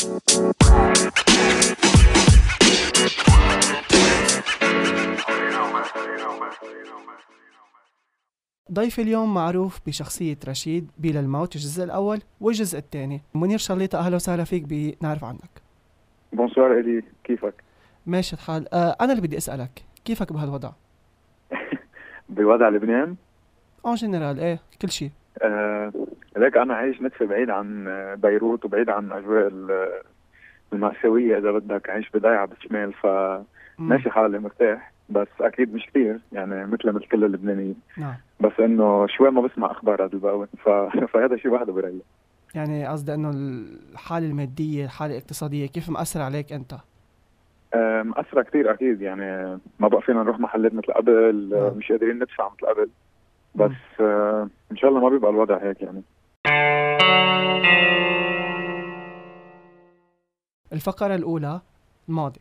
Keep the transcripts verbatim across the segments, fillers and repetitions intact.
ضيف اليوم معروف بشخصية رشيد بلا الموت الجزء الأول والجزء الثاني. منير شليطة، أهلا وسهلا فيك بنعرف عنك. بونسوار إلي، كيفك؟ ماشي الحال. آه أنا اللي بدي أسألك، كيفك بهالوضع؟ بوضع لبنان؟ أون جنرال إيه كل شيء. آه لك أنا عايش نتفة بعيد عن بيروت وبعيد عن أجواء المأساوية إذا بدك، عايش بضيعة بالشمال، فماشي حالي مرتاح، بس أكيد مش كتير يعني مثل مثل كل اللبنانيين. نعم. بس إنه شوي ما بسمع أخبار هذا الباون، ف... فهذا شيء واحد بريء. يعني قصدي إنه الحالة المادية، الحالة الاقتصادية كيف مأثر عليك أنت؟ آه مأثرة كتير أكيد، يعني ما بقى فينا نروح محلات مثل قبل. نعم. مش قادرين ندفع مثل قبل، بس آه إن شاء الله ما بيبقى الوضع هيك يعني. الفقرة الأولى، الماضي.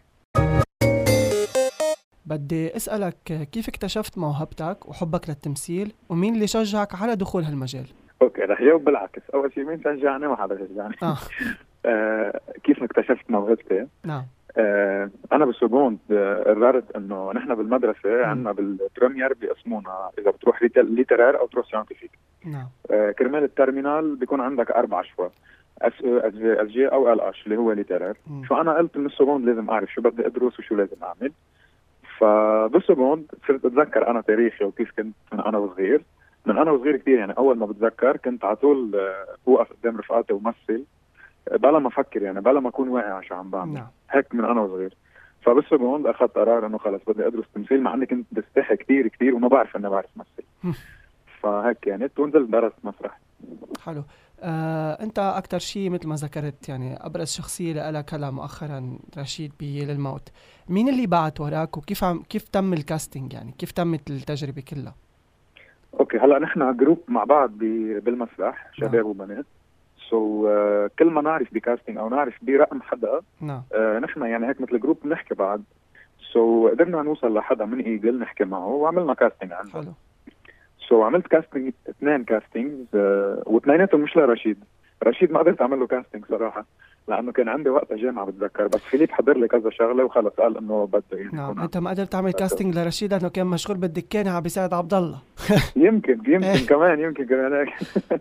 بدي أسألك كيف اكتشفت موهبتك وحبك للتمثيل، ومين اللي شجعك على دخول هالمجال؟ اوكي رح جاوب بالعكس. اول شيء مين شجعني؟ ما حدا شجعني. آه. آه كيف اكتشفت موهبتي؟ نعم. آه انا بالسكوند آه قررت انه نحن بالمدرسه عندنا بالبريمير بيقسمونا اذا بتروح ليترار او تروح ساينتيفيك. نعم. آه كرمال الترمينال بيكون عندك اربع شوط، اس اس اس جي او ال اش اللي هو ليترار. فانا قلت من السكوند لازم اعرف شو بدي ادرس وشو لازم اعمل. فبالسكوند صرت اتذكر انا تاريخي وكيف كنت من انا وصغير. من انا وصغير كتير يعني، اول ما بتذكر كنت على طول اوقف قدام رفقاتي ومثل بلا ما افكر، يعني بلا ما اكون واعي على شو عم بعمل. نعم. هيك من انا وصغير. فبالسكوند اخذت قرار انه خلص بدي ادرس تمثيل، مع اني كنت بستحي كتير كتير وما بعرف اني بعرف مثل. فهيك يعني ونزلت درست مسرح. حلو. آه، انت اكثر شيء مثل ما ذكرت يعني ابرز شخصيه لك هلا مؤخرا رشيد بللموت. مين اللي بعت وراك وكيف عم كيف تم الكاستنج، يعني كيف تمت التجربه كلها؟ اوكي هلا نحن جروب مع بعض بالمسرح، شباب نعم. وبنات. سو so, uh, كل ما نعرف بكاستنج او نعرف برقم حدا نعم. uh, نحن يعني هيك مثل جروب بنحكي بعض. سو so, قدرنا نوصل لحدا من ايجل نحكي معه وعملنا كاستنج عنده. حلو. سو so, عملت كاستنج اثنين كاستنجز uh, واثنيناتهم مش لرشيد. رشيد ما قدرت اعمل له كاستنج صراحه لانه كان عندي وقت جامعه بتذكر، بس فيليب حضر لي كذا شغله وخلص قال انه بده يعني. نعم. انت ما قدرت تعمل كاستنج لرشيد لانه كان مشغول بالدكانه عم بيساعد عبد الله. يمكن يمكن كمان يمكن كمان هيك.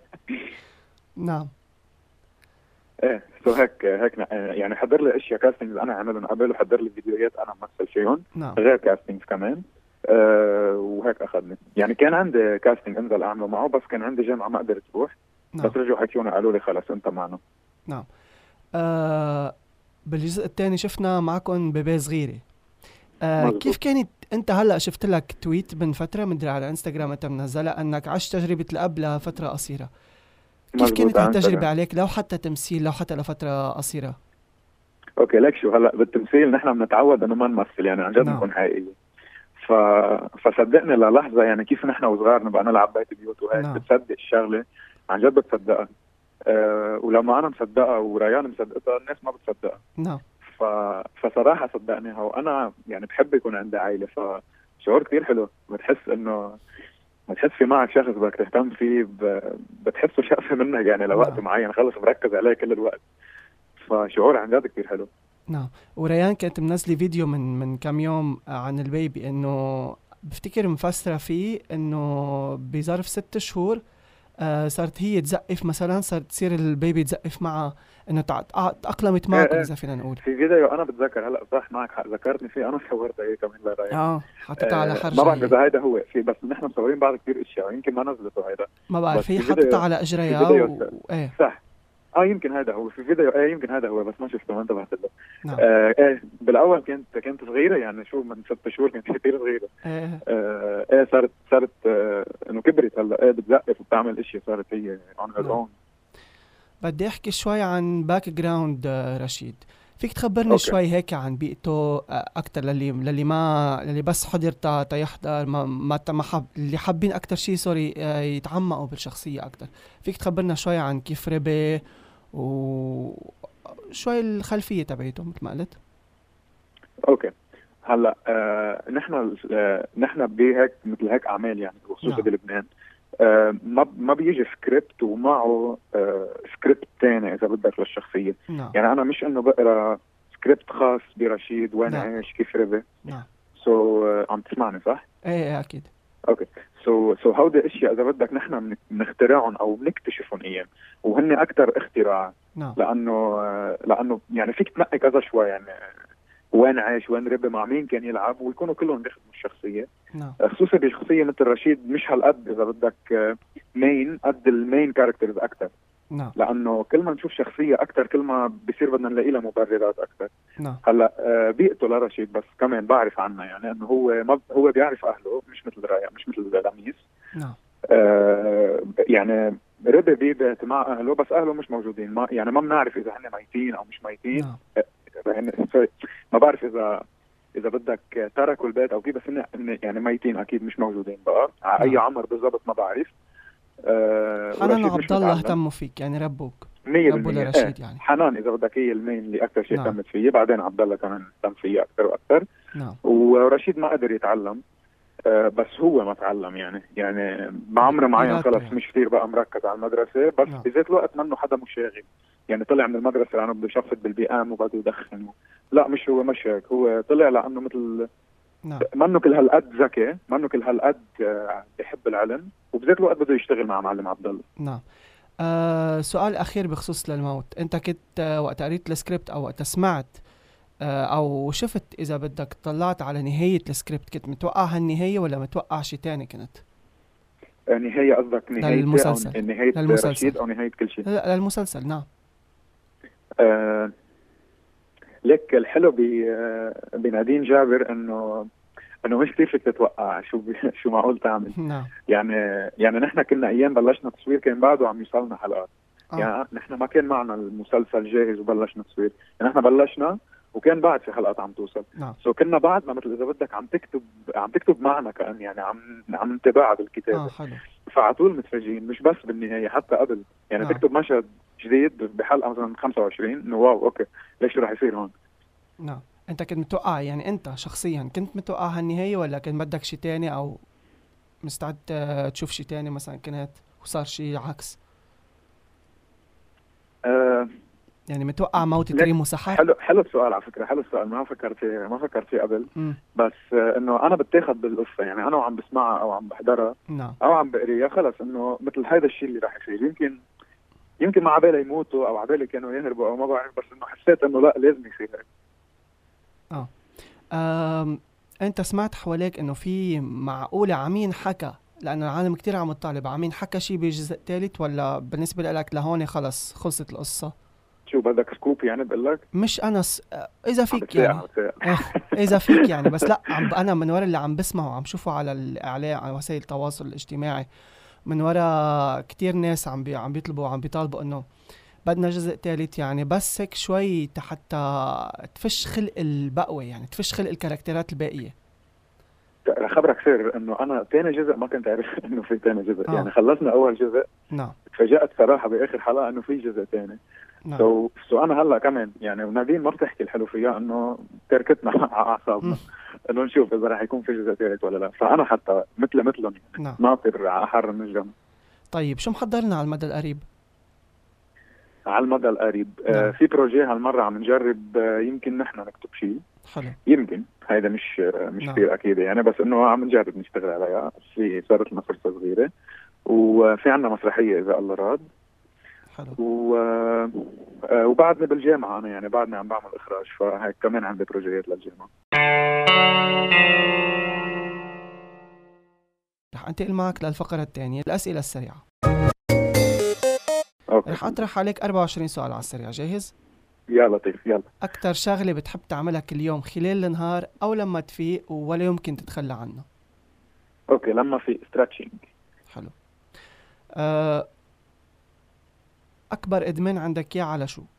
نعم. ايه سو هيك هيك يعني حضر لي اشياء كاستنج انا عاملهم قبل، وحضر لي فيديوهات انا ممثل فيهم. نعم. غير كاستنج كمان. أه وهيك اخذني يعني، كان عندي كاستنج انزل اعمله معه، بس كان عندي جامعه ما قدرت اروح. نعم. بس رجعوا حكيونا قالوا لي خلص انت معنا. نعم. آه بالجزء الثاني شفنا معكم بيبي صغيره. آه كيف كانت؟ انت هلا شفت لك تويت من فتره مدري على انستغرام انت منزلها انك عشت تجربه الاب لفتره قصيره. كيف كانت هالتجربه عليك، لو حتى تمثيل لو حتى لفتره قصيره؟ اوكي لك شو هلا بالتمثيل نحن بنتعود انه ما نمثل يعني عن جد نعم. نكون حقيقيين. ف... فصدقني للحظه يعني كيف نحن وصغار نبقى نلعب بيت بيوت وهيك نعم. بتصدق الشغله عن جد بتصدقها. أه ولما انا مصدقها وريان مصدقتها الناس ما بتصدقها. نعم. ف... فصراحه صدقنيها، وانا يعني بحب يكون عندي عائله، فشعور كثير حلو. بتحس انه بتحس في معك شخص بدك تهتم فيه، ب... بتحسه شقفه منك يعني لوقت نعم. معين خلص بركز عليه كل الوقت. فشعور عن جد كثير حلو. نعم. وريان كانت منزلة فيديو من من كم يوم عن البيبي، انه بفتكر مفسرة فيه انه بظرف ست شهور آه صارت هي تزقف مثلا، صارت تصير البيبي تزقف معها، انه تأقلمت معكم اذا فينا نقول. في فيديو انا بتذكر هلا صح معك حق ذكرتني فيه، انا صورتها هي كمان لريان. اه حطيتها آه على حرجة. ما بعرف اذا هيدا هو في، بس نحن مصورين بعض كثير اشياء يمكن ما نزلته هيدا. ما بعرف، هي حطيتها على اجريها و... ايه صح. اه يمكن هذا هو في فيديو، ايه يمكن هذا هو، بس ما شفته ما انتبهت له. نعم. آه ايه بالاول كنت كنت صغيره يعني، شو من ست شهور كنت كثير صغيره. ايه آه ايه صارت صارت آه انه كبرت هلا، ايه بتزقف وبتعمل اشياء، صارت هي اون هير اون. بدي احكي شوي عن باك جراوند رشيد. فيك تخبرني أوكي. شوي هيك عن بيئته اكثر للي للي ما للي بس حضر تا تيحضر ما ما, ما حب اللي حابين اكثر شيء سوري يتعمقوا بالشخصيه اكثر. فيك تخبرنا شوي عن كيف ربي وشوي الخلفيه تبعته مثل ما قلت؟ اوكي هلا آه نحن آه نحن بهيك مثل هيك اعمال يعني، خصوصا نعم. بلبنان آه ما ما بيجي سكريبت ومعه آه سكريبت تاني اذا بدك للشخصيه. نعم. يعني انا مش انه بقرا سكريبت خاص برشيد وين نعم. عايش كيف ربي. نعم. سو so, uh, عم تسمعني صح؟ ايه ايه اكيد. اوكي سو سو هودي اشياء اذا بدك نحن بنخترعهم او بنكتشفهم ايام، وهن اكثر اختراع. نعم. لانه لانه يعني فيك تنقي كذا شوي، يعني وين عايش وين ربي مع مين كان يلعب، ويكونوا كلهم بيخدموا الشخصيه. نعم. خصوصا بشخصيه مثل رشيد مش هالقد اذا بدك مين قد المين كاركترز اكثر. نعم. لانه كل ما نشوف شخصيه اكثر كل ما بصير بدنا نلاقي لها مبررات اكثر. نعم. هلا بيئته لرشيد بس كمان بعرف عنه، يعني انه هو ما هو بيعرف اهله، مش مثل رايع مش مثل لميس. نعم. آه يعني ربي بيبت مع اهله بس اهله مش موجودين، ما يعني ما بنعرف اذا هن ميتين او مش ميتين. نعم. يعني ما بعرف اذا اذا بدك تركوا البيت او كيف، بس هن يعني ميتين اكيد مش موجودين بقى. على اي عمر بالضبط ما بعرف. آه حنان وعبد الله اهتموا فيك يعني ربوك ربوا لرشيد. ايه. يعني حنان اذا بدك هي المين اللي اكثر شيء نعم. اهتمت فيه، بعدين عبد الله كمان اهتم فيه اكثر واكثر. نعم. ورشيد ما قدر يتعلم، آه بس هو ما تعلم يعني يعني بعمر معين خلص يعني. مش كثير بقى مركز على المدرسه، بس نعم. بذات الوقت منه حدا مشاغب، يعني طلع من المدرسه لانه بده يشفط بالبيئام وبده يدخن. لا مش هو مش هيك، هو طلع لانه مثل نعم. منه كل هالقد ذكي، منه كل هالقد بحب العلم، وبذات الوقت بده يشتغل مع معلم عبد الله. نعم. آه سؤال اخير بخصوص للموت، انت كنت آه وقت قريت السكريبت او وقت سمعت آه او شفت اذا بدك طلعت على نهايه السكريبت، كنت متوقع هالنهايه ولا متوقع شيء ثاني كنت؟ نهايه قصدك نهايه للمسلسل أو نهايه للمسلسل. رشيد او نهايه كل شيء؟ لا للمسلسل. نعم. آه لك الحلو بنادين جابر انه انه مش كثير فيك تتوقع شو شو معقول تعمل. نعم. يعني يعني نحن كنا ايام بلشنا تصوير كان بعده عم يوصلنا حلقات. آه. يعني نحن ما كان معنا المسلسل جاهز وبلشنا تصوير، يعني نحن بلشنا وكان بعد في حلقات عم توصل. نعم. سو كنا بعدنا مثل اذا بدك عم تكتب عم تكتب معنا كأن يعني عم عم نتابعها بالكتابه. اه حلو. فعلى طول متفاجئين، مش بس بالنهايه حتى قبل، يعني نعم. تكتب مشهد جديد بحلقه مثلا خمسة وعشرين انه واو اوكي ليش شو راح يصير هون. نعم. انت كنت متوقع يعني انت شخصيا كنت متوقع هالنهايه ولا كان بدك شيء تاني او مستعد تشوف شيء تاني مثلا كنت وصار شيء عكس؟ أه يعني متوقع موت كريم وسحر؟ حلو حلو السؤال على فكره، حلو السؤال، ما فكرت فيه ما فكرت فيه قبل. م. بس آه انه انا بتاخذ بالقصه، يعني انا وعم بسمعها او عم بحضرها نعم. او عم بقريها خلص انه مثل هذا الشيء اللي راح يصير. يمكن يمكن ما عبالي يموتوا او عبالي كانوا يهربوا او ما بعرف، بس انه حسيت انه لا لازم يصير هيك. اه أم... انت سمعت حواليك انه في معقوله عمين حكى، لانه العالم كتير عم تطالب عمين حكى شيء بجزء ثالث، ولا بالنسبه لك لهون خلص خلصت القصه؟ شو بدك سكوب يعني بقول لك؟ مش انا س... اذا فيك يعني اذا فيك يعني بس لا عم ب... انا من وراء اللي عم بسمعه وعم شوفه على الاعلام على وسائل التواصل الاجتماعي، من وراء كتير ناس عم بي... عم بيطلبوا عم بيطالبوا انه بدنا جزء ثالث، يعني بس هيك شوي حتى تفش خلق البقوة، يعني تفش خلق الكاركترات الباقية. رح خبرك سر انه انا ثاني جزء ما كنت عارف انه في ثاني جزء. آه. يعني خلصنا اول جزء. نعم. تفاجأت صراحة باخر حلقة انه في جزء ثاني. نعم. سو so, so انا هلا كمان يعني ونادين ما بتحكي الحلو فيها انه تركتنا على اعصابنا انه نشوف اذا رح يكون في جزء ثالث ولا لا، فانا حتى مثل مثلهم يعني نعم. ناطر على حر النجم. طيب شو محضرنا على المدى القريب؟ على المدى القريب نعم. آه في بروجي هالمرة عم نجرب، آه يمكن نحن نكتب شيء. حلو. يمكن هيدا مش آه مش كثير نعم. اكيد يعني، بس انه عم نجرب نشتغل عليها. في صارت لنا فرصة صغيرة، وفي عنا مسرحية اذا الله راد. حلو. و... آه وبعدني بالجامعة انا يعني بعدني عم بعمل اخراج، فهيك كمان عندي بروجيات للجامعة. رح انتقل معك للفقرة الثانية، الأسئلة السريعة. أوكي. رح أطرح عليك أربعة وعشرين سؤال على السريع، جاهز؟ يا لطيف يلا. أكتر شغلة بتحب تعملها كل يوم خلال النهار أو لما تفيق ولا يمكن تتخلى عنه؟ أوكي لما في ستريتشنج. حلو. أه أكبر إدمان عندك إياه على شو؟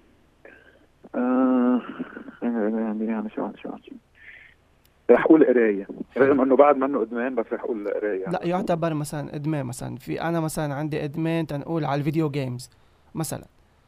آه يعني شو شو شو رح اقول قرايه، رغم انه بعد منه ادمان بس رح اقول قرايه. لا يعتبر مثلا ادمان، مثلا في انا مثلا عندي ادمان تنقول على الفيديو جيمز مثلا.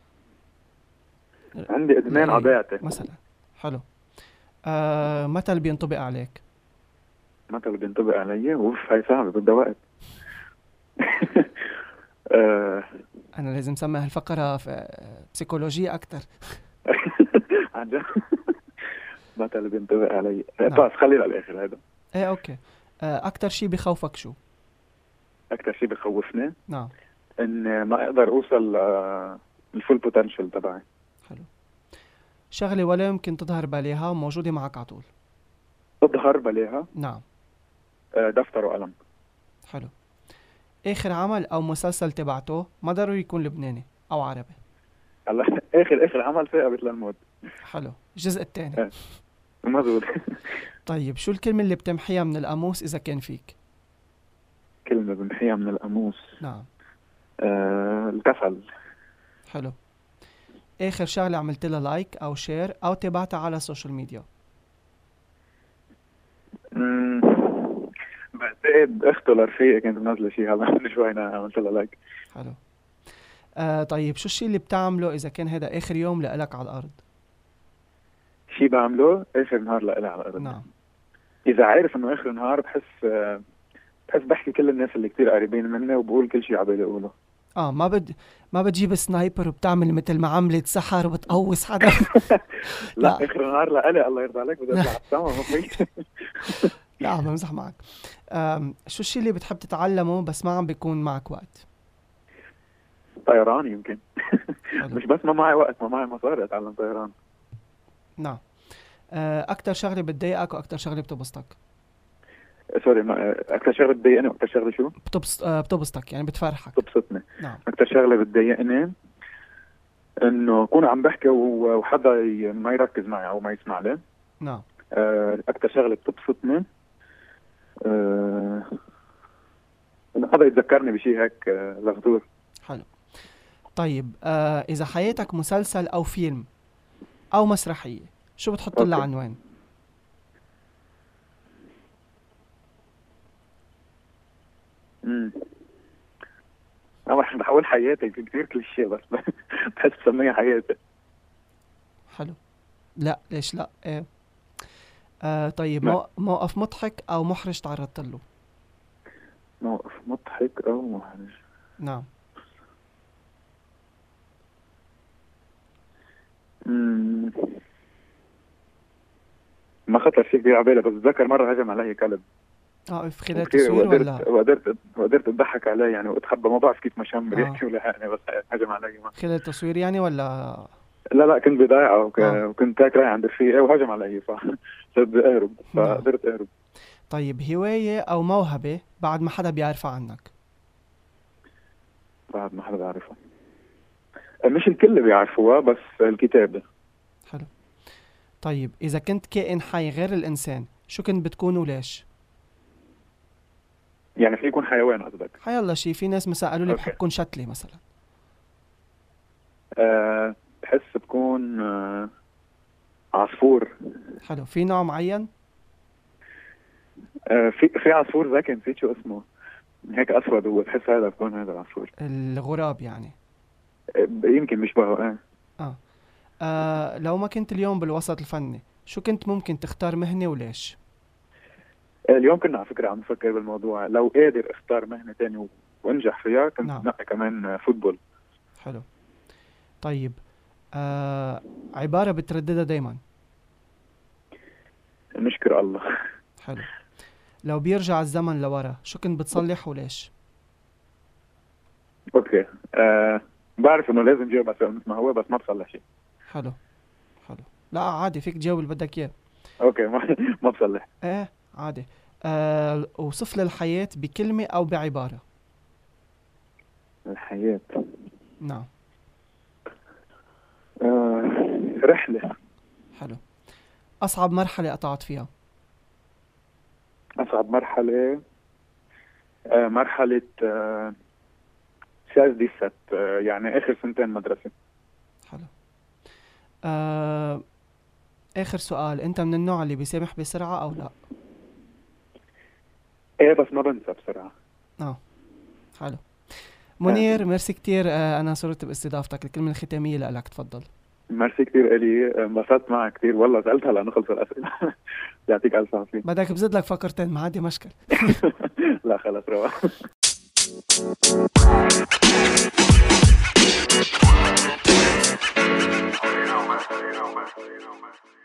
عندي ادمان عضيعتي مثلا. حلو. آه متى اللي بينطبق عليك؟ متى اللي بينطبق علي؟ اوف هاي صعبه بدها وقت. آه. انا لازم اسمي هالفقره في بسيكولوجيه اكثر. عن جد ما اللي بينطبق علي. نعم. بس خلي للاخر هذا. ايه اوكي. اكثر شيء بخوفك شو؟ اكثر شيء بخوفني نعم ان ما اقدر اوصل الفول بوتنشل تبعي. حلو. شغله ولا يمكن تظهر باليها وموجوده معك على طول. تظهر باليها؟ نعم. دفتر وقلم. حلو. اخر عمل او مسلسل تبعته ما ضروري يكون لبناني او عربي. هلا اخر اخر عمل ثاقبت للموت. حلو. الجزء الثاني. مظبوط. طيب شو الكلمه اللي بتمحيها من القاموس اذا كان فيك؟ كلمه بمحيها من القاموس؟ نعم. آه الكسل. حلو. اخر شغله عملت لها لايك او شير او تبعتها على السوشيال ميديا؟ امم بعتقد اخته لرفيقه كانت منزله شيء هلا من شوي انا عملت لها لايك. حلو. آه طيب شو الشيء اللي بتعمله اذا كان هذا اخر يوم لإلك على الارض؟ شيء بعمله اخر نهار لإلي على الارض؟ نعم. اذا عارف انه اخر نهار بحس بحس بحكي كل الناس اللي كتير قريبين مني وبقول كل شيء عبالي اقوله. اه ما بد ما بتجيب سنايبر وبتعمل مثل ما عملت سحر وبتقوص حدا. لا, لا اخر نهار لإلي الله يرضى عليك بدي اطلع على السما ما في. لا عم بمزح معك. شو الشيء اللي بتحب تتعلمه بس ما عم بيكون معك وقت؟ طيران يمكن. مش بس ما معي وقت، ما معي مصاري اتعلم طيران. نعم. اكثر شغله بتضايقك واكثر شغله بتبسطك؟ سوري ما اكثر شغله بتضايقني واكثر شغله شو؟ بتبسط بتبسطك يعني بتفرحك. بتبسطني. نعم. اكثر شغله بتضايقني انه اكون عم بحكي وحدا ما يركز معي او ما يسمع لي. نعم. اكثر شغله بتبسطني أه... انه حدا يتذكرني بشيء هيك لغدور. حلو. طيب آه اذا حياتك مسلسل او فيلم او مسرحيه شو بتحط لها عنوان؟ امم انا بحاول حياتي كثير كليشيه بس بحس بسميها حياتي. حلو. لا ليش لا؟ ايه آه طيب مو... موقف مضحك او محرج تعرضت له؟ موقف مضحك او محرج؟ نعم. امم ما خطر شيء كبير على بالي، بس بتذكر مره هجم علي كلب. اه في خلال التصوير ولا؟ وقدرت وقدرت اضحك عليه يعني واتخبى، ما بعرف كيف مشان بريحتي ولا حاجه بس هجم علي. ما خلال التصوير يعني ولا؟ لا لا كنت بضايعه وك... آه. وكنت هيك رايح عند رفيقي وهجم علي فصرت بدي اهرب فقدرت اهرب. طيب هوايه او موهبه بعد ما حدا بيعرفها عنك؟ بعد ما حدا بيعرفها مش الكل بيعرفوها بس الكتابه. حلو. طيب اذا كنت كائن حي غير الانسان شو كنت بتكون وليش؟ يعني في يكون حيوان قصدك؟ حيالله شيء. في ناس مثلا قالوا لي بحب كون شتلي مثلا. أه بحس بكون أه عصفور. حلو. في نوع معين؟ أه في في عصفور ذكي نسيت شو اسمه هيك اسود هو، بحس هذا بكون هذا العصفور. الغراب يعني؟ أه يمكن بيشبهه. اه آه. اه لو ما كنت اليوم بالوسط الفني شو كنت ممكن تختار مهنة وليش؟ اليوم كنا على فكرة عم نفكر بالموضوع، لو قادر اختار مهنة تاني وانجح فيها كنت نعم. نقي كمان فوتبول. حلو. طيب آه عبارة بترددها دايما؟ نشكر الله. حلو. لو بيرجع الزمن لورا شو كنت بتصلح وليش؟ اوكي آه بعرف انه لازم جاوب مثل ما هو بس ما بصلح شيء. حلو حلو. لا عادي فيك تجاوب اللي بدك اياه. اوكي ما ما بصلح. ايه عادي. آه وصف لي الحياة بكلمة او بعبارة. الحياة نعم. آه رحلة. حلو. اصعب مرحلة قطعت فيها؟ اصعب مرحلة آه مرحلة آه ساس دي ست آه يعني اخر سنتين مدرسة. حلو. آه اخر سؤال، انت من النوع اللي بيسامح بسرعة او لا؟ ايه بس ما بنسى بسرعة. اه حلو. منير ميرسي كتير. آه انا صرت باستضافتك. الكلمة الختامية لك تفضل. ميرسي كتير الي، انبسطت معك كتير والله. سألت هلا نخلص الاسئلة. يعطيك الف عافية. بدك بزيد لك فقرتين ما عندي مشكل. لا خلص روح. You know, man. You know, man. You know, man.